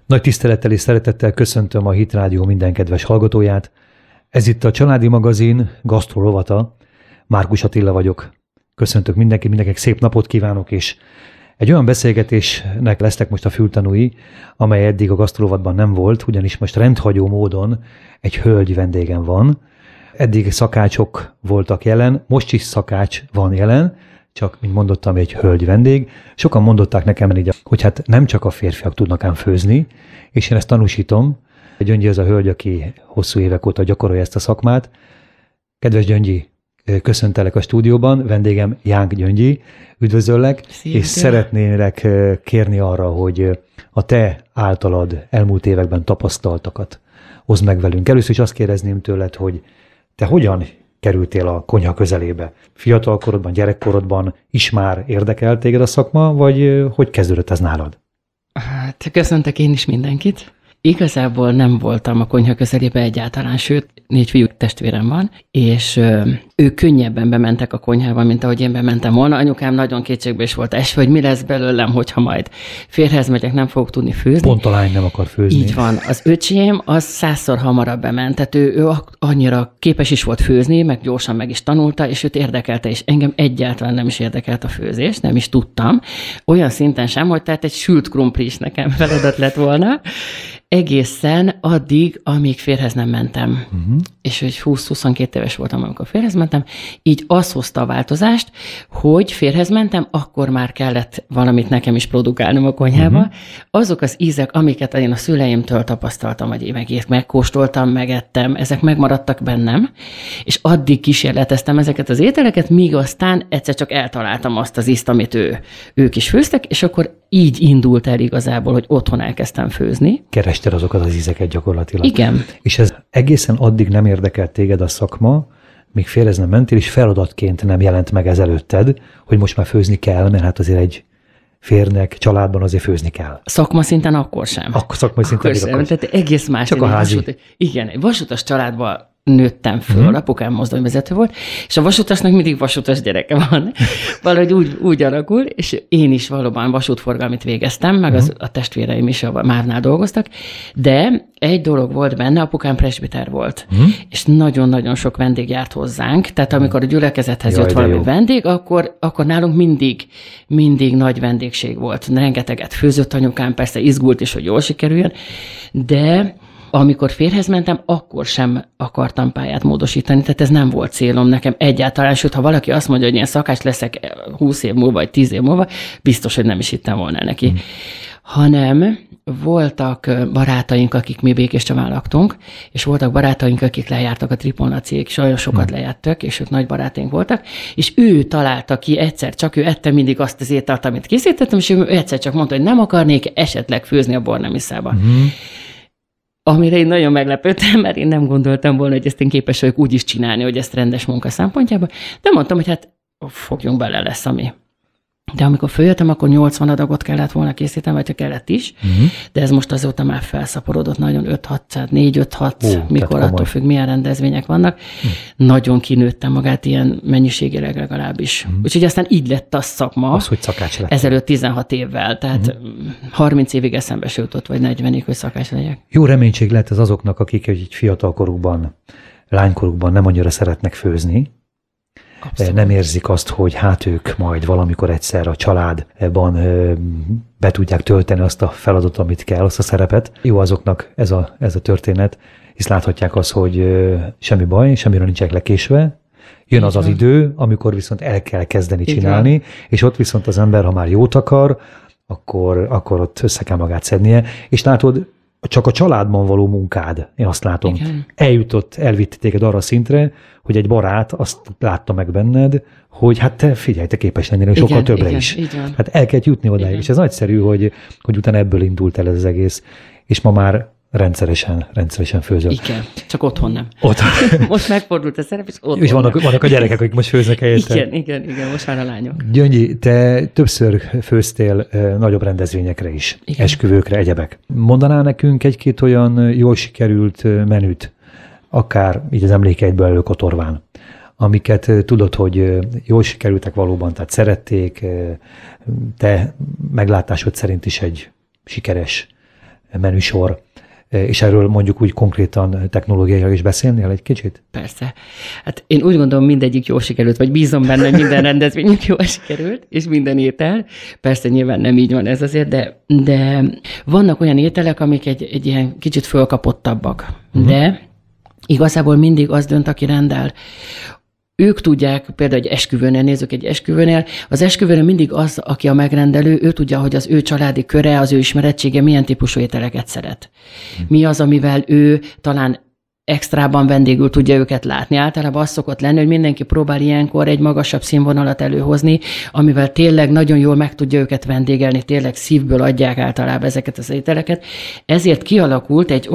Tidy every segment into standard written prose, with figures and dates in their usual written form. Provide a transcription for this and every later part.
Nagy tisztelettel és szeretettel köszöntöm a Hit Rádió minden kedves hallgatóját. Ez itt a Családi Magazin gasztró rovata. Márkus Attila vagyok. Köszöntök mindenkinek szép napot kívánok, és egy olyan beszélgetésnek lesznek most a fültanúi, amely eddig a gasztró rovatban nem volt, ugyanis most rendhagyó módon egy hölgy vendégem van. Eddig szakácsok voltak jelen, most is szakács van jelen, csak, mint mondottam, egy hölgy vendég. Sokan mondották nekem így, hogy hát nem csak a férfiak tudnak ám főzni, és én ezt tanúsítom. Gyöngyi az a hölgy, aki hosszú évek óta gyakorolja ezt a szakmát. Kedves Gyöngyi, köszöntelek a stúdióban, vendégem Jánk Gyöngyi, üdvözöllek, és szeretnélek kérni arra, hogy a te általad elmúlt években tapasztaltakat hozd meg velünk. Először is azt kérdezném tőled, hogy te hogyan kerültél a konyha közelébe? Fiatalkorodban, gyerekkorodban is már érdekelt téged a szakma, vagy hogy kezdődött ez nálad? Hát köszöntök én is mindenkit. Igazából nem voltam a konyha közelébe egyáltalán, sőt, 4 fiú testvérem van, és ők könnyebben bementek a konyhába, mint ahogy én bementem volna. Anyukám nagyon kétségbe is volt esve, hogy mi lesz belőlem, hogyha majd férjhez megyek, nem fogok tudni főzni. Pont a lány nem akar főzni. Így van. Az öcsém az 100-szor hamarabb bement, tehát ő annyira képes is volt főzni, meg gyorsan meg is tanulta, és őt érdekelte, és engem egyáltalán nem is érdekelt a főzés, nem is tudtam. Olyan szinten sem, hogy tehát egy sült krumpli is nekem feladat lett volna, egészen addig, amíg férjhez nem mentem. És hogy 20-22 éves voltam, amikor férjhez mentem, így az hozta a változást, hogy férjhez mentem, akkor már kellett valamit nekem is produkálnom a konyhába. Azok az ízek, amiket én a szüleimtől tapasztaltam, vagy megkóstoltam, megettem, ezek megmaradtak bennem, és addig kísérleteztem ezeket az ételeket, míg aztán egyszer csak eltaláltam azt az ízt, amit ők is főztek, és akkor így indult el igazából, hogy otthon elkezdtem főzni. Kerested azokat az ízeket gyakorlatilag. Igen. És ez egészen addig nem érdekelt téged a szakma, míg férjhez nem mentél, és feladatként nem jelent meg ez előtted, hogy most már főzni kell, mert hát azért egy férnek, családban azért főzni kell. Szakma szinten akkor sem. Szakmai szinten sem. Tehát egész más. Csak a házi. Igen, egy vasutas családban nőttem föl, apukám mozdonyvezető volt, és a vasutasnak mindig vasutas gyereke van. Valahogy úgy alakul, és én is valóban vasútforgalmit végeztem, meg a testvéreim is a MÁV-nál dolgoztak, de egy dolog volt benne, apukám presbiter volt, és nagyon-nagyon sok vendég járt hozzánk, tehát amikor a gyülekezethez jött valami vendég, akkor nálunk mindig nagy vendégség volt. Rengeteget főzött anyukám, persze izgult is, hogy jól sikerüljön, de amikor férjhez mentem, akkor sem akartam pályát módosítani, tehát ez nem volt célom nekem egyáltalán, sőt, ha valaki azt mondja, hogy ilyen szakács leszek 20 év múlva, vagy 10 év múlva, biztos, hogy nem is hittem volna neki. Hanem voltak barátaink, akik mi Békéscsabán laktunk, és voltak barátaink, akik lejártak a Triponacék, sajnos sokat lejártak, és ők nagy barátaink voltak, és ő találta ki egyszer, csak ő ette mindig azt az ételt, amit készítettem, és ő egyszer csak mondta, hogy nem akarnék esetleg főzni a Bornemisszába. Amire én nagyon meglepődtem, mert én nem gondoltam volna, hogy ezt én képes vagyok úgy is csinálni, hogy ezt rendes munka szempontjából. De mondtam, hogy hát fogjunk bele, lesz ami. De amikor följöttem, akkor 80 adagot kellett volna készíteni, vagy ha kellett is, de ez most azóta már felszaporodott nagyon 4-5-6, mikor attól függ, milyen rendezvények vannak. Nagyon kinőttem magát ilyen mennyiségileg legalábbis. Úgyhogy aztán így lett a szakma. Az, hogy szakács lett. Ezelőtt 16 évvel, tehát 30 évig eszembe se jutott, vagy 40-ig, hogy szakács legyek. Jó reménység lehet ez azoknak, akik egy fiatalkorukban, lánykorukban nem annyira szeretnek főzni. Abszolút. Nem érzik azt, hogy hát ők majd valamikor egyszer a családban be tudják tölteni azt a feladatot, amit kell, azt a szerepet. Jó azoknak ez a történet, hisz láthatják azt, hogy semmi baj, semmire nincsenek lekésve. Jön az az idő, amikor viszont el kell kezdeni csinálni, és ott viszont az ember, ha már jót akar, akkor ott össze kell magát szednie. És látod, csak a családban való munkád, én azt látom, elvitt téged arra a szintre, hogy egy barát azt látta meg benned, hogy hát te figyelj, te képes lennél sokkal többre is. Hát el kell jutni odáig, és ez nagyszerű, hogy utána ebből indult el ez az egész, és ma már rendszeresen főzöl. Igen, csak otthon nem. Otthon. Most megfordult a szerep, és otthon és vannak a gyerekek, akik most főznek helyette. Igen, most már a lányok. Gyöngyi, te többször főztél nagyobb rendezvényekre is, esküvőkre, egyebek. Mondanál nekünk egy-két olyan jól sikerült menüt, akár így az emlékeidből előkotorván, amiket tudod, hogy jól sikerültek valóban, tehát szerették, te meglátásod szerint is egy sikeres menüsor, és erről mondjuk úgy konkrétan technológiailag is beszélnél egy kicsit? Persze. Hát én úgy gondolom, mindegyik jól sikerült, vagy bízom benne, hogy minden rendezvényünk jól sikerült, és minden étel. Persze nyilván nem így van ez azért, de vannak olyan ételek, amik egy ilyen kicsit fölkapottabbak. De igazából mindig az dönt, aki rendel. Ők tudják, például egy esküvőnél, nézzük egy esküvőnél, az esküvőnél mindig az, aki a megrendelő, ő tudja, hogy az ő családi köre, az ő ismerettsége milyen típusú ételeket szeret. Mi az, amivel ő talán extrában vendégül tudja őket látni. Általában az szokott lenni, hogy mindenki próbál ilyenkor egy magasabb színvonalat előhozni, amivel tényleg nagyon jól meg tudja őket vendégelni, tényleg szívből adják általában ezeket az ételeket. Ezért kialakult egy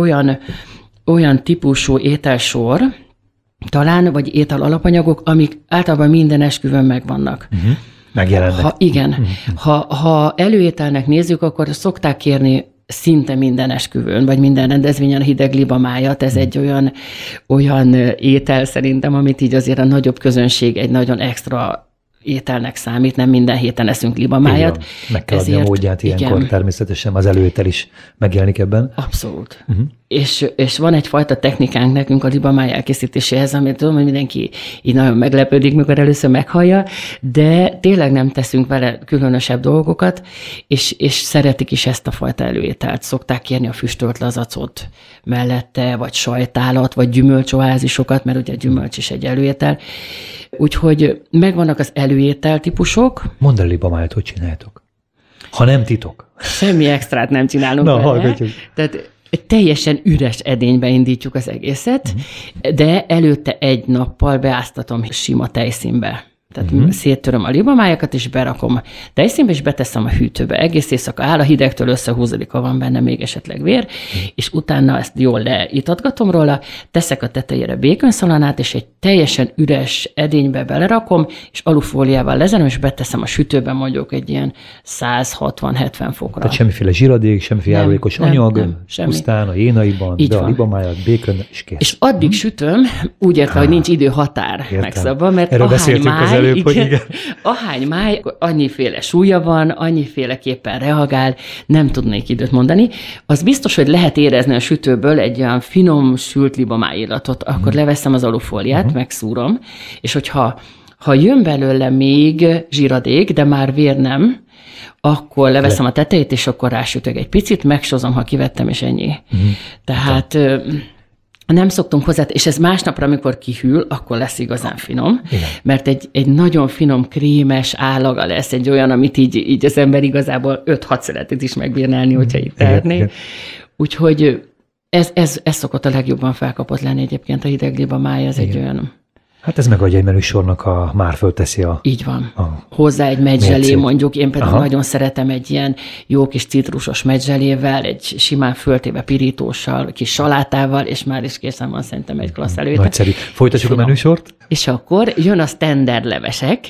olyan típusú ételsor, talán, vagy étel alapanyagok, amik általában minden esküvőn megvannak. Megjelennek. Igen. Ha előételnek nézzük, akkor szokták kérni szinte minden esküvőn, vagy minden rendezvényen a hideg libamájat. Ez egy olyan étel szerintem, amit így azért a nagyobb közönség egy nagyon extra ételnek számít, nem minden héten eszünk libamájat. Meg kell adni a módját ilyenkor, igen. Természetesen az előétel is megjelenik ebben. Abszolút. És van egyfajta technikánk nekünk a libamáj elkészítéséhez, amit tudom, hogy mindenki így nagyon meglepődik, mikor először meghallja, de tényleg nem teszünk vele különösebb dolgokat, és szeretik is ezt a fajta előételt. Szokták kérni a füstölt lazacot mellette, vagy sajtálat, vagy gyümölcsoázisokat, mert ugye a gyümölcs is egy előétel. Úgyhogy megvannak az előétel típusok. Mondd el libamájat, hogy csináljátok. Ha nem titok. Semmi extrát nem csinálunk Na, vele. hallgatjuk. Tehát teljesen üres edénybe indítjuk az egészet, de előtte egy nappal beáztatom sima tejszínbe. Tehát széttöröm a libamájakat, és berakom tejszínbe, és beteszem a hűtőbe. Egész éjszaka áll, a hidegtől összehúzódik, ha van benne még esetleg vér, és utána ezt jól leitatgatom róla, teszek a tetejére békönszalonát, és egy teljesen üres edénybe belerakom, és alufóliával lezárom, és beteszem a sütőbe mondjuk egy ilyen 160-70 fokra. Tehát semmiféle zsiradék, semmiféle járulékos anyag, semmi. Pusztán a jénaiban, így de van. a libamájat, békön, és kész. És addig sütöm, úgy értve, hogy nincs időhatár megszabva, mert erről beszéltünk az előbb, hogy igen. Ahány máj, annyiféle súlya van, annyiféleképpen reagál, nem tudnék időt mondani. Az biztos, hogy lehet érezni a sütőből egy olyan finom sült libamáj illatot, akkor leveszem az alufóliát, megszúrom, és hogyha jön belőle még zsiradék, de már vér nem, akkor leveszem a tetejét, és akkor rásütök egy picit, megsozom, ha kivettem, és ennyi. Tehát nem szoktunk hozzá, és ez másnapra, amikor kihűl, akkor lesz igazán finom, igen. Mert egy nagyon finom, krémes állaga lesz, egy olyan, amit így az ember igazából 5-6 szeletet is megbírnálni, hogyha itt tehetné. Úgyhogy ez szokott a legjobban felkapott lenni egyébként a hideg libamáj, ez egy olyan... Hát ez megadja egy menüsornak már fölteszi a... Így van. Hozzá egy megyzselé mondjuk, én például nagyon szeretem egy ilyen jó kis citrusos megyzselével, egy simán föltéve pirítóssal, kis salátával, és már is készen van szerintem egy klassz előétel. Nagyszerű. Folytatjuk a menüsort? És akkor jön a standard levesek,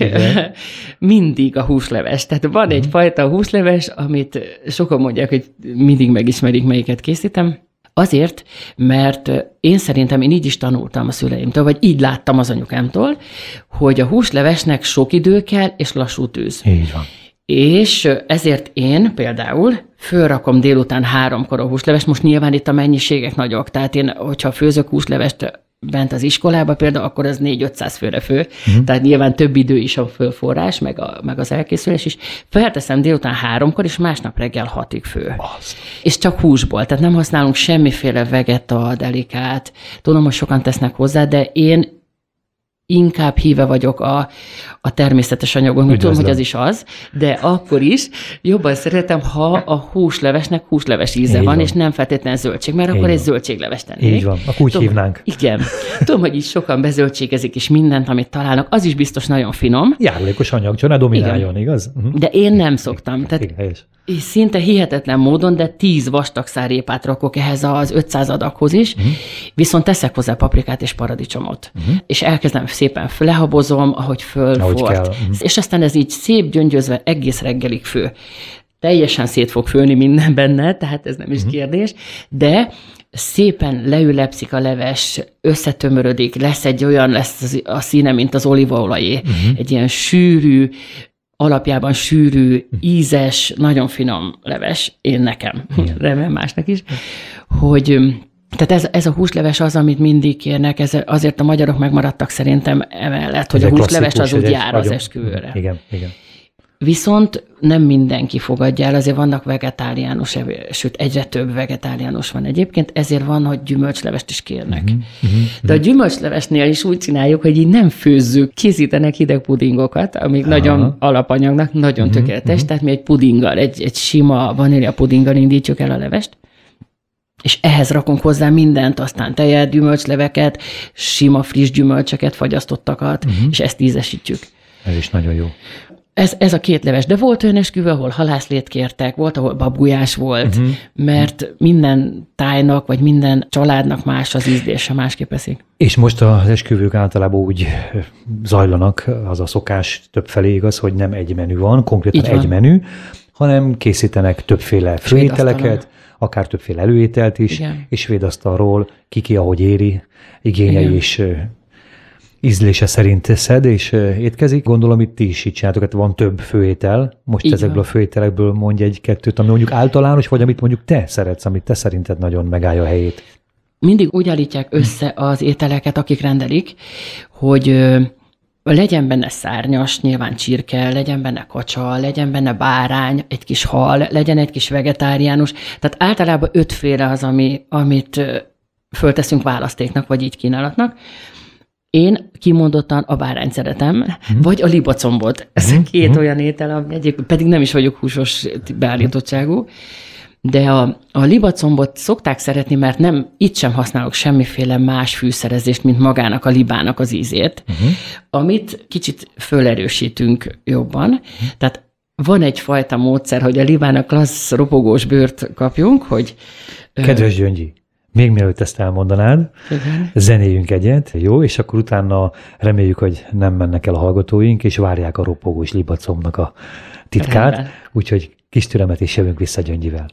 mindig a húsleves. Tehát van egyfajta húsleves, amit sokan mondják, hogy mindig megismerik, melyiket készítem. Azért, mert én szerintem így is tanultam a szüleimtől, vagy így láttam az anyukámtól, hogy a húslevesnek sok idő kell, és lassú tűz. Így van. És ezért én például fölrakom délután 3-kor a húslevest, most nyilván itt a mennyiségek nagyok, tehát én, hogyha főzök húslevest bent az iskolába például, akkor az 400-500 főre fő, tehát nyilván több idő is a fölforrás, meg az elkészülés is. Felteszem délután 3-kor, és másnap reggel 6-ig fő. És csak húsból, tehát nem használunk semmiféle vegeta, delikát. Tudom, hogy sokan tesznek hozzá, de én inkább híve vagyok a természetes anyagoknak. Tudom, hogy az is az, de akkor is jobban szeretem, ha a húslevesnek húsleves íze van, és nem feltétlenül zöldség, mert akkor egy zöldségleves tennék. Így van, akkor úgy hívnánk. Igen. Tudom, hogy így sokan bezöldségezik, és mindent, amit találnak, az is biztos nagyon finom. Járulékos anyag, csak ne domináljon, igaz? De én nem szoktam. Tehát szinte hihetetlen módon, de 10 vastag szárrépát rakok ehhez az 500 adaghoz is, viszont teszek hozzá paprikát és paradicsomot. És elkezdem szépen lehabozom, ahogy fölfort. És aztán ez így szép gyöngyözve egész reggelig fő. Teljesen szét fog főni minden benne, tehát ez nem is kérdés, de szépen leülepszik a leves, összetömörödik, lesz egy olyan, lesz a színe, mint az olívaolajé. Egy ilyen sűrű, alapjában sűrű, ízes, nagyon finom leves, nekem, remélem másnak is, hogy tehát ez a húsleves az, amit mindig kérnek, azért a magyarok megmaradtak szerintem emellett, hogy a húsleves az úgy jár az esküvőre. Igen. Viszont nem mindenki fogadja el, azért vannak vegetáriánus, sőt egyre több vegetáriánus van egyébként, ezért van, hogy gyümölcslevest is kérnek. De a gyümölcslevesnél is úgy csináljuk, hogy így nem főzzük, készítenek hideg pudingokat, amik nagyon alapanyagnak, nagyon tökéletes, tehát mi egy pudinggal, egy sima vanília pudinggal indítjuk el a levest, és ehhez rakunk hozzá mindent, aztán tejet, gyümölcsleveket, sima friss gyümölcsöket, fagyasztottakat, és ezt ízesítjük. Ez is nagyon jó. Ez a két leves, de volt olyan esküvő, ahol halászlét kértek, volt, ahol babgulyás volt, mert minden tájnak, vagy minden családnak más az ízlése, másképp eszik. És most az esküvők általában úgy zajlanak, az a szokás többfelé igaz, hogy nem egy menü van, konkrétan egy menü, hanem készítenek többféle főételeket, akár többféle előételt is, igen. És svédasztalról ki ahogy éri, igényei és ízlése szerint szed és étkezik. Gondolom, itt ti is így csináltok, van több főétel. Most így ezekből a főételekből mondj egy-kettőt, ami mondjuk általános, vagy amit mondjuk te szeretsz, amit te szerinted nagyon megállja a helyét. Mindig úgy állítják össze az ételeket, akik rendelik, hogy legyen benne szárnyas, nyilván csirke, legyen benne kacsa, legyen benne bárány, egy kis hal, legyen egy kis vegetáriánus. Tehát általában 5 féle az, amit fölteszünk választéknak, vagy így kínálatnak. Én kimondottan a bárányt szeretem, vagy a libacombot. Ez két olyan étel, ami egyébként pedig nem is vagyok húsos beállítottságú, de a libacombot szokták szeretni, mert itt sem használok semmiféle más fűszerezést, mint magának a libának az ízét, amit kicsit fölerősítünk jobban. Tehát van egyfajta módszer, hogy a libának klassz ropogós bőrt kapjunk, hogy... Kedves Gyöngyi, még mielőtt ezt elmondanád, zenéljünk egyet, jó? És akkor utána reméljük, hogy nem mennek el a hallgatóink, és várják a ropogós libacombnak a titkát. Úgyhogy kis türelmet, és jövünk vissza Gyöngyivel.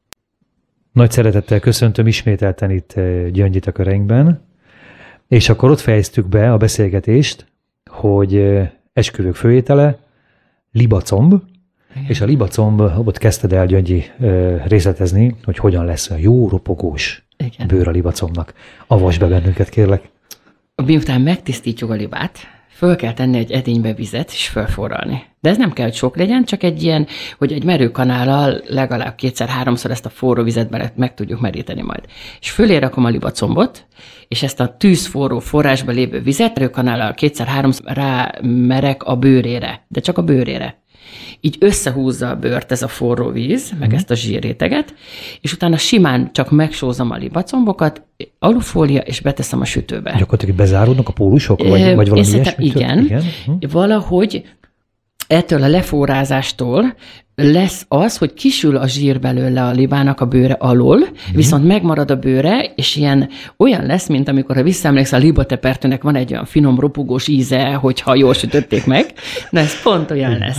Nagy szeretettel köszöntöm ismételten itt Gyöngyit a köreinkben, és akkor ott fejeztük be a beszélgetést, hogy esküvők főétele, libacomb, és a libacomb, ott kezdted el, Gyöngyi, részletezni, hogy hogyan lesz a jó ropogós bőr a libacombnak. Avasd be bennünket, kérlek. Miután megtisztítjuk a libát, föl kell tenni egy edénybe vizet, és fölforralni. De ez nem kell, hogy sok legyen, csak egy ilyen, hogy egy merőkanállal legalább 2-3-szor ezt a forró vizet meg tudjuk meríteni majd. És fölé rakom a libacombot, és ezt a tűzforró forrásba lévő vizet merőkanállal 2-3-szor rámerek a bőrére, de csak a bőrére. Így összehúzza a bőrt ez a forró víz, meg ezt a zsírréteget, és utána simán csak megsózom a libacombokat, alufólia, és beteszem a sütőbe. Gyakorlatilag bezáródnak a pólusok, vagy valami ilyesmi? Igen. Valahogy ettől a leforrázástól lesz az, hogy kisül a zsír belőle a libának a bőre alól, viszont megmarad a bőre, és olyan lesz, mint amikor, ha visszaemlékszel, a libatepertőnek van egy olyan finom, ropogós íze, hogyha jól sütötték meg. Na, ez pont olyan lesz.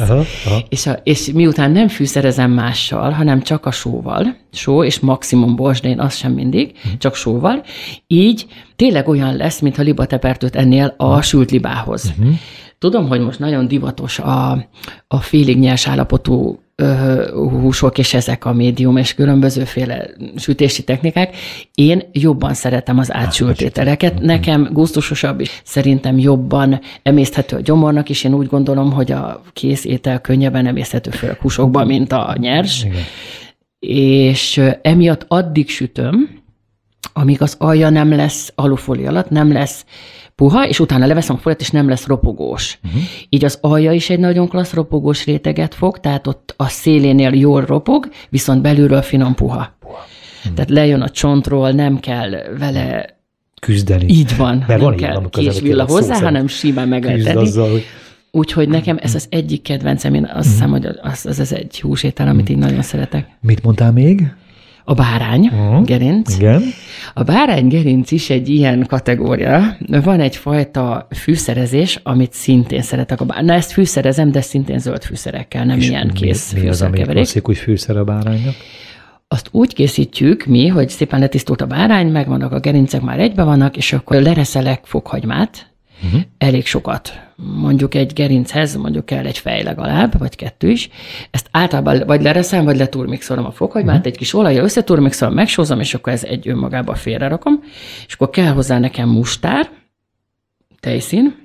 És miután nem fűszerezem mással, hanem csak a sóval, só és maximum bors, de én azt sem mindig, csak sóval, így tényleg olyan lesz, mintha libatepertőt ennél a sült libához. Tudom, hogy most nagyon divatos a félig nyers állapotú húsok, és ezek a médium és különbözőféle sütési technikák. Én jobban szeretem az átsült ételeket. Nekem gusztusosabb, és szerintem jobban emészthető a gyomornak is. Én úgy gondolom, hogy a kész étel könnyebben emészthető főleg húsokban, mint a nyers. Igen. És emiatt addig sütöm, amíg az alja nem lesz alufólia alatt, nem lesz puha, és utána leveszem a fóliát, és nem lesz ropogós. Így az alja is egy nagyon klassz ropogós réteget fog, tehát ott a szélénél jól ropog, viszont belülről finom puha. Tehát lejön a csontról, nem kell vele küzdeni. Így van, nem kell késvilla hozzá, hanem simán meg lehet tenni. Úgyhogy nekem ez az egyik kedvencem, én azt hiszem, hogy az egy húsétel, amit én nagyon szeretek. Mit mondtál még? A bárány gerinc. Igen. A bárány gerinc is egy ilyen kategória. Van egyfajta fűszerezés, amit szintén szeretek. Na, ezt fűszerezem, de szintén zöld fűszerekkel, nem ilyen kész fűszerkeverék. Mi az, ami klasszikus fűszer a báránynak? Azt úgy készítjük mi, hogy szépen letisztult a bárány, megvannak a gerincek, már egybe vannak, és akkor lereszelek fokhagymát, elég sokat. Mondjuk egy gerinchez, mondjuk kell egy fej legalább, vagy 2 is. Ezt általában vagy lereszem, vagy leturmixolom a fokhagymát, egy kis olajjal összeturmixolom, megsózom, és akkor ez egy önmagába félrerakom. És akkor kell hozzá nekem mustár, tejszín,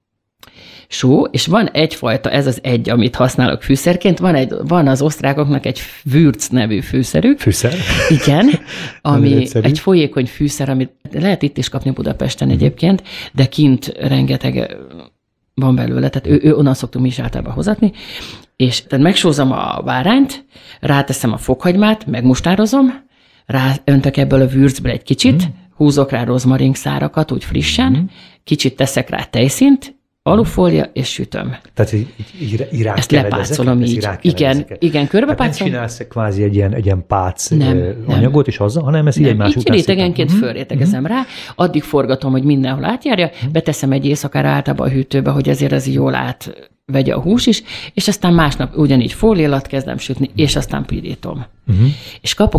só, és van egyfajta, ez az egy, amit használok fűszerként, van az osztrákoknak egy Würz nevű fűszerük. Fűszer? Igen, ami egy folyékony fűszer, amit lehet itt is kapni Budapesten egyébként, de kint rengeteg van belőle, tehát ő onnan szoktunk mi is általában hozatni, és tehát megsózom a bárányt, ráteszem a fokhagymát, megmustározom, ráöntök ebből a Würzből egy kicsit, húzok rá rozmaringszárakat, úgy frissen, kicsit teszek rá tejszínt, alufólia, és sütöm. Tehát így rá ezt lepácolom így. Igen, körbepácolom. Hát nem csinálsz kvázi egy ilyen pác anyagot is azzal, hanem ezt így egymás után így rétegenként fölrétegezem rá, addig forgatom, hogy mindenhol átjárja, beteszem egy éjszakára általában a hűtőbe, hogy ezért ez jól átvegye a hús is, és aztán másnap ugyanígy fólia alatt kezdem sütni, és aztán pirítom. És kapok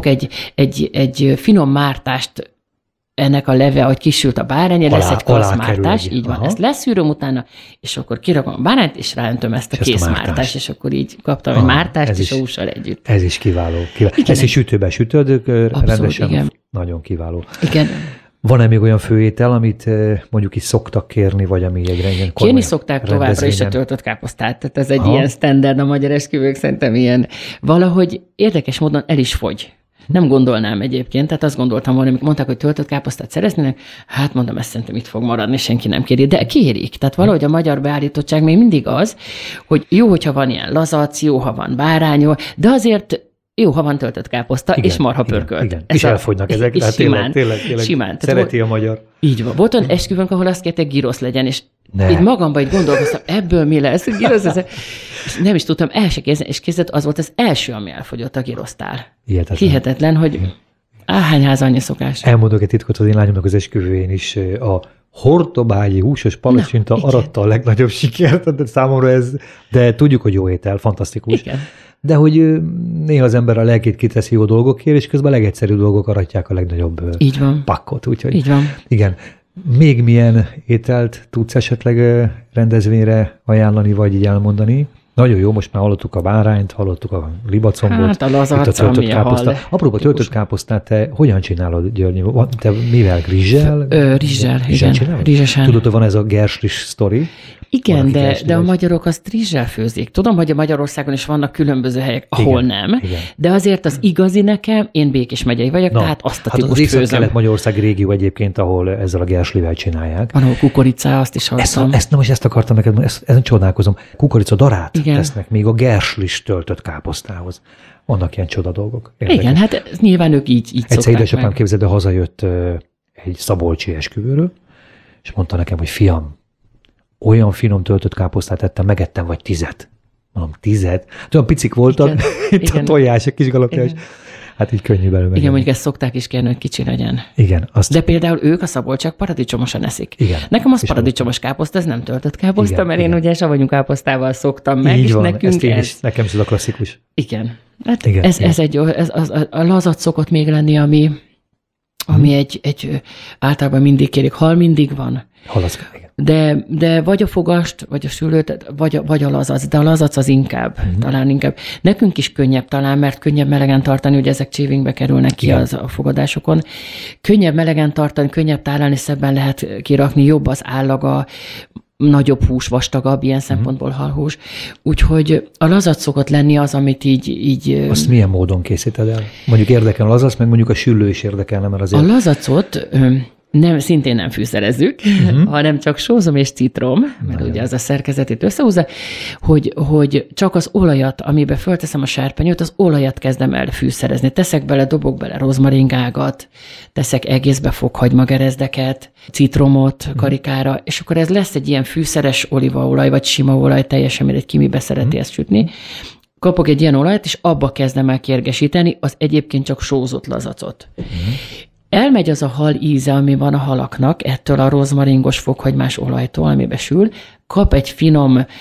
egy finom mártást, ennek a leve, hogy kisült a bárány, lesz egy klasszmártás, így van, ezt leszűröm utána, és akkor kirakom a bárányt, és ráöntöm ezt a készmártást, és akkor így kaptam egy mártást, és a hússal együtt. Ez is kiváló. Ezt is sütőben sütöd, rendesen igen. Nagyon kiváló. Igen. Van-e még olyan főétel, amit mondjuk is szoktak kérni, vagy ami egy ilyen kérni szokták továbbra is a töltött káposztát, tehát ez egy ilyen standard a magyar esküvők, szerintem ilyen. Valahogy érdekes módon el is fogy. Nem gondolnám egyébként, tehát azt gondoltam volna, amikor mondták, hogy töltött káposztát szeretnének, hát mondom, ezt szerintem itt fog maradni, senki nem kéri, de kérik. Tehát valahogy a magyar beállítottság még mindig az, hogy jó, hogyha van ilyen lazac, jó, ha van bárányó, de azért jó, ha van töltött káposzta, igen, és marha pörkölt. Igen. És elfogynak ezek, és simán, tényleg. Simán. Szereti a magyar. Így van. Volt olyan esküvőnk, ahol azt kérték, gyrosz legyen, és így magamban így gondolkoztam, ebből mi lesz, gyrosz ez. És nem is tudtam el se kézni, és kézzel az volt az első, ami elfogyott a gyrosztál. Hihetetlen, hogy hány ház annyi szokás. Elmondok egy titkot, az én lányomnak az esküvőjén is a hortobágyi húsos palacsinta aratta a legnagyobb sikert, de számomra ez, de tudjuk, hogy jó étel, fantasztikus. Igen. De hogy néha az ember a lelkét kiteszi jó dolgokért, és közben a legegyszerűbb dolgok aratják a legnagyobb pakkot. Úgyhogy, így van. Igen. Még milyen ételt tudsz esetleg rendezvényre ajánlani, vagy így elmondani? Nagyon jó, most már hallottuk a bárányt, hallottuk a libacombot, hát a lazac, itt a töltött káposzta. Apróba töltött káposztát te hogyan csinálod, György? Te mivel? Rizssel? Rizssel, igen. Rizsesen. Tudod, hogy van ez a gerslis sztori? Igen, de a magyarok azt rizssel főzik. Tudom, hogy a Magyarországon is vannak különböző helyek, ahol nem, de azért az igazi nekem, én Békés megyei vagyok, tehát azt a típust főzöm. Az Kelet-Magyarországi régió egyébként, ahol ezzel a gerslivel csinálják. Van, ahol kukoricá, azt is hallottam. Ezt akartam neked, ezen csodálkozom. Kukorica darát tesznek még a gerslis töltött káposztához. Vannak ilyen csoda dolgok. Érdekes. Igen, hát nyilván ők így szokták meg. Egyszer édesapám, képzeld, hazajött egy szabolcsi esküvőről, és mondta nekem, hogy fiam, olyan finom töltött káposztát ettem, megettem vagy 10. Mondom, 10? Olyan picik voltak, itt a tojás, a kis galapjás. Hát így könnyű belőle. Igen, mondjuk ezt szokták is kérni, hogy kicsi legyen. Igen. De például ők a szabolcsak paradicsomosan eszik. Igen. Nekem az paradicsomos káposzta, ez nem töltött káposzta, mert én ugye savanyú káposztával szoktam meg, így és van, nekünk ez. Nekem is ez a klasszikus. Igen. Hát igen, a lazac szokott még lenni, ami egy általában mindig kérik. Hal mindig van. Halacka, igen. De vagy a fogast, vagy a sülőt, vagy a lazac, de a lazac az inkább, talán inkább. Nekünk is könnyebb talán, mert könnyebb melegen tartani, hogy ezek csévingbe kerülnek ki a fogadásokon. Könnyebb melegen tartani, könnyebb tálálni, szebben lehet kirakni, jobb az állaga, nagyobb hús, vastagabb, ilyen szempontból halhús. Úgyhogy a lazac szokott lenni az, amit így... Azt milyen módon készíted el? Mondjuk érdekel a lazac, meg mondjuk a süllő is érdekelne, mert azért... A lazacot... szintén nem fűszerezzük, hanem csak sózom és citrom, mert ugye az a szerkezetét összehúzza, hogy csak az olajat, amiben fölteszem a serpenyőt, az olajat kezdem el fűszerezni. Teszek bele, dobok bele rozmaringágat, teszek egészbe fokhagymagerezdeket, citromot karikára, és akkor ez lesz egy ilyen fűszeres olívaolaj, vagy sima olaj, teljesen mindegy, ki mibe szereti ezt sütni. Kapok egy ilyen olajat, és abba kezdem el kérgesíteni az egyébként csak sózott lazacot. Elmegy az a hal íze, ami van a halaknak, ettől a rozmaringos fokhagymás olajtól, amibe sül, kap egy finom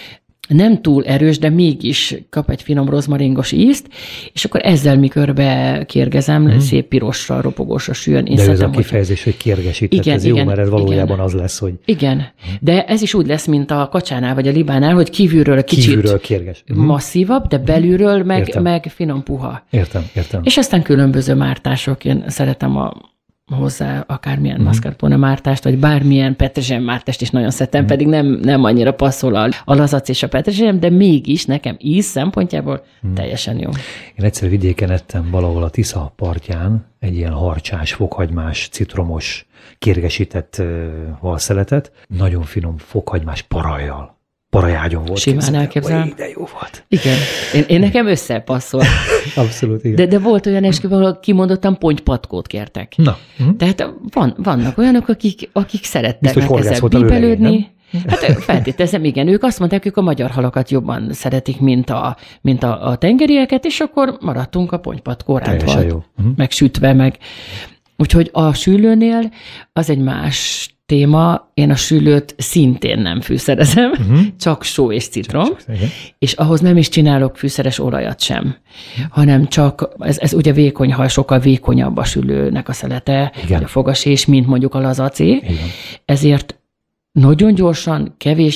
nem túl erős, de mégis kap egy finom rozmaringos ízt, és akkor ezzel mikor bekérgezem, szép pirosra, ropogósra süljön. De ez a kifejezés, hogy kérgesített, igen, ez jó, mert ez valójában az lesz, hogy... Igen, de ez is úgy lesz, mint a kacsánál vagy a libánál, hogy kívülről kicsit kérges. masszívabb, de belülről meg finom puha. Értem. És aztán különböző mártások, én szeretem hozzá akármilyen mascarpone mártást, vagy bármilyen petrezselyem mártást is nagyon szeretem, pedig nem annyira passzol a lazac és a petrezselyem, de mégis nekem íz szempontjából teljesen jó. Én egyszer vidéken ettem valahol a Tisza partján egy ilyen harcsás, fokhagymás, citromos, kérgesített halszeletet, nagyon finom fokhagymás parajjal. Parajágyon volt. Simán elképzelem. De jó volt. Igen. Én nekem összepasszol. Abszolút, igen. De volt olyan eskü, ahol kimondottan pontypatkót kértek. Na. Tehát vannak olyanok, akik szerettek ezzel bíbelődni. Hát feltételezem, igen, ők azt mondták, ők a magyar halakat jobban szeretik, mint a tengerieket, és akkor maradtunk a pontypatkó rántva, meg sütve, meg. Úgyhogy a sülőnél az egy más téma, én a sülőt szintén nem fűszerezem, csak só és citrom, és ahhoz nem is csinálok fűszeres olajat sem, hanem csak, ez ugye vékony hal, sokkal vékonyabb a sülőnek a szelete, vagy a fogasés, mint mondjuk a lazacé, ezért nagyon gyorsan,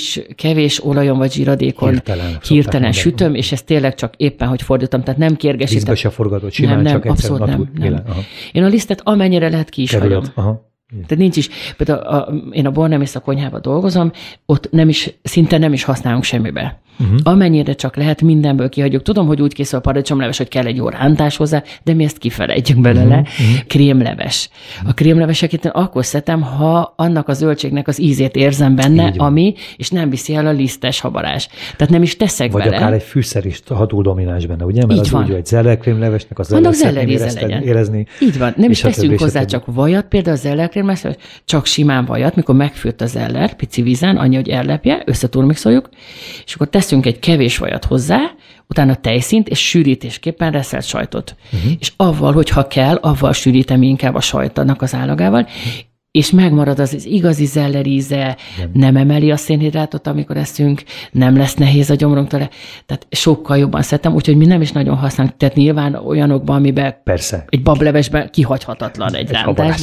kevés olajon vagy zsiradékon hirtelen sütöm, és ezt tényleg csak éppen, hogy fordítom, tehát nem kérgesítem. Vízbe se forgatott, simán nem, csak egyszer abszolút nem. Én a lisztet amennyire lehet ki is hagyom. Tehát nincs is, például én a Bornemész a konyhába dolgozom, ott szinte nem is használunk semmibe. Amennyire csak lehet, mindenből kihagyjuk. Tudom, hogy úgy készül a paradicsomleves, hogy kell egy jó rántás hozzá, de mi ezt kifelejtjük belőle. Krémleves. A krémleveseket én akkor szedem, ha annak a zöldségnek az ízét érzem benne, és nem viszi el a lisztes habarás. Tehát nem is teszek vagy bele. Vagy akár egy fűszer is túl domináns benne, ugye? Mert így az úgy, hogy zellerkrémlevesnek az zellerszedném érezni. Így van. Nem is teszünk hozzá csak vajat, például a zellerkrémlevesre, csak simán vajat, mikor megfőtt a zeller, pici vízen, annyi, hogy ellepje, összeturmixoljuk, és akkor teszünk egy kevés vajat hozzá, utána tejszínt és sűrítésképpen reszelt sajtot. És avval, hogyha kell, avval sűrítem inkább a sajtnak az állagával, és megmarad az igazi zeller íze, nem emeli a szénhidrátot, amikor eszünk, nem lesz nehéz a gyomrunktól, tehát sokkal jobban szeretem, úgyhogy mi nem is nagyon használunk, tehát nyilván olyanokban, amiben egy bablevesben kihagyhatatlan egy rántás,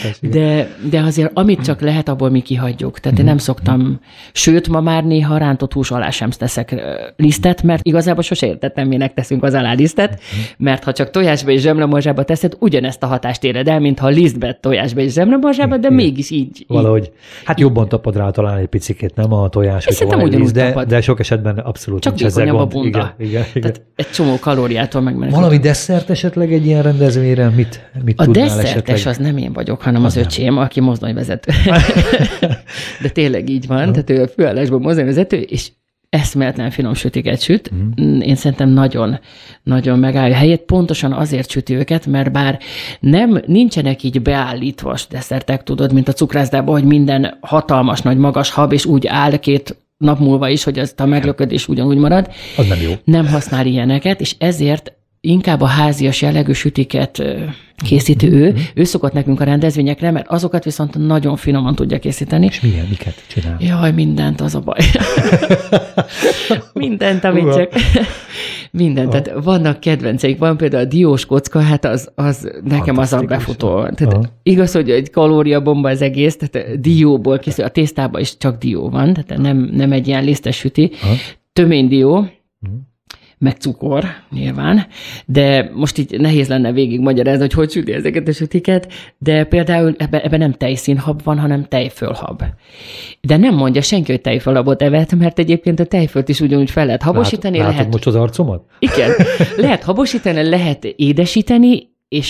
de azért amit csak lehet, abból mi kihagyjuk. Tehát én nem szoktam, sőt, ma már néha rántott hús alá sem teszek lisztet, mert igazából sose értettem, minek teszünk az alá lisztet, mert ha csak tojásba és zsemlemorzsába teszed, ugyanezt a hatást éred el, mint ha lisztbe tojásba és zsemlemorzsába, de mégis így. Valahogy, hát jobban tapad rá talán egy picikét, nem a tojás, hogy van egy líz, de sok esetben abszolút csak nincs ezzel gond. A bunda. Igen. Tehát egy csomó kalóriától megmenekül. Valami desszert esetleg egy ilyen rendezvényre? Mit a desszertes az nem én vagyok, hanem az öcsém, aki mozdonyvezető. De tényleg így van, tehát ő a főállásban mozdonyvezető, és eszméletlen finom sütiket süt. Én szerintem nagyon, nagyon megállja a helyét. Pontosan azért süti őket, mert bár nincsenek így beállítva desszertek, tudod, mint a cukrászdában, hogy minden hatalmas, nagy, magas hab, és úgy áll 2 nap múlva is, hogy ezt a meglöködés ugyanúgy marad. Az nem jó. Nem használ ilyeneket, és ezért inkább a házias jellegű sütiket készíti ő szokott nekünk a rendezvényekre, mert azokat viszont nagyon finoman tudja készíteni. És miket csinál? Jaj, mindent, az a baj. Mindent, amit csak... Mindent, tehát vannak kedvenceik, van például a diós kocka, hát az nekem az a befutó. Tehát igaz, hogy egy kalóriabomba az egész, tehát dióból készül, a tésztában is csak dió van, tehát nem egy ilyen lisztes süti. Töménydió, meg cukor, nyilván, de most így nehéz lenne végigmagyarázni, hogy süti ezeket a sütiket, de például ebben nem tejszínhab van, hanem tejfölhab. De nem mondja senki, hogy tejfölhabot evett, mert egyébként a tejfölt is ugyanúgy fel lehet habosítani. Látod most az arcomat? Igen, lehet habosítani, lehet édesíteni, és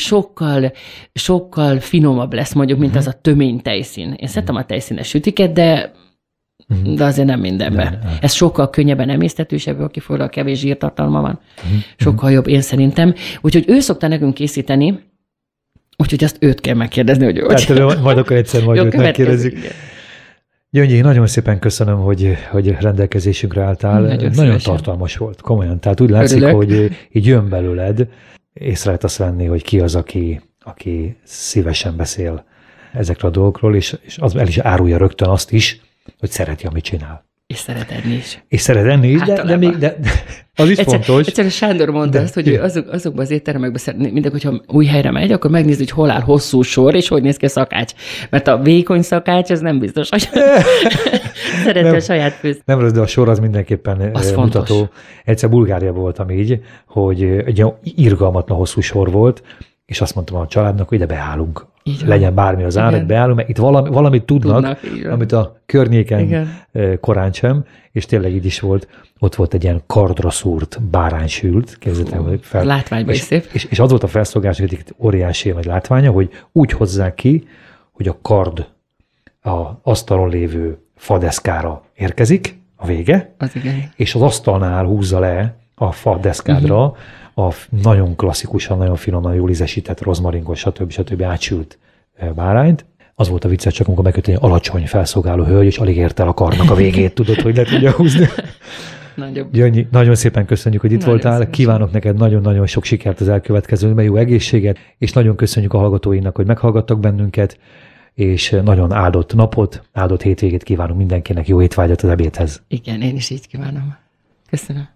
sokkal finomabb lesz mondjuk, mint az a tömény tejszín. Én szeretem a tejszínes sütiket, de azért nem mindenben. Ez sokkal könnyebben emészthetősebb, aki főleg kevés zsírtartalma van. Sokkal jobb, én szerintem. Úgyhogy ő szokta nekünk készíteni, úgyhogy azt őt kell megkérdezni, hogy tehát majd akkor egyszer őt megkérdezzük. Gyöngyi, nagyon szépen köszönöm, hogy rendelkezésünkre álltál. Nagyon tartalmas volt, komolyan. Tehát úgy látszik, hogy így jön belőled, észre lehet azt venni, hogy ki az, aki szívesen beszél ezekről a dolgokról, és az el is árulja rögtön azt is, hogy szereti, amit csinál. És szeret enni is. És szeret enni is, de az is fontos. Egyszerűen Sándor mondta azt, hogy ő azokban az éttermekben szeret, mindegy, hogyha új helyre megy, akkor megnézi, hogy hol áll hosszú sor, és hogy néz ki a szakács. Mert a vékony szakács, ez nem biztos, hogy szereti a saját főzt. Nem rossz, de a sor az mindenképpen az mutató. Fontos. Egyszer Bulgáriában voltam így, hogy egy irgalmatlan hosszú sor volt, és azt mondtam a családnak, hogy ide beállunk. Legyen bármi az ár, beállunk, mert itt valamit tudnak amit a környéken korán sem, és tényleg így is volt. Ott volt egy ilyen kardra szúrt báránysült, képzeljétek fel. Látványban is szép. És az volt a felszolgálás, hogy óriási nagy látványa, hogy úgy hozzák ki, hogy a kard az asztalon lévő fadeszkára érkezik, a vége, és az asztalnál húzza le a fadeszkádra a nagyon klasszikusan, nagyon finoman, jól ízesített rozmarinkos, stb. Átsült bárányt. Az volt a vicces, csak amikor megkötött egy alacsony felszolgáló hölgy, és alig ért el a karnak a végét, tudod, hogy le tudja húzni. Gyöngyi, nagyon szépen köszönjük, hogy itt voltál. Szépen. Kívánok neked nagyon-nagyon sok sikert az elkövetkezőben, jó egészséget, és nagyon köszönjük a hallgatóinak, hogy meghallgattak bennünket, és nagyon áldott napot, áldott hétvégét kívánunk mindenkinek, jó étvágyat az ebédhez. Igen, én is így kívánom. Köszönöm.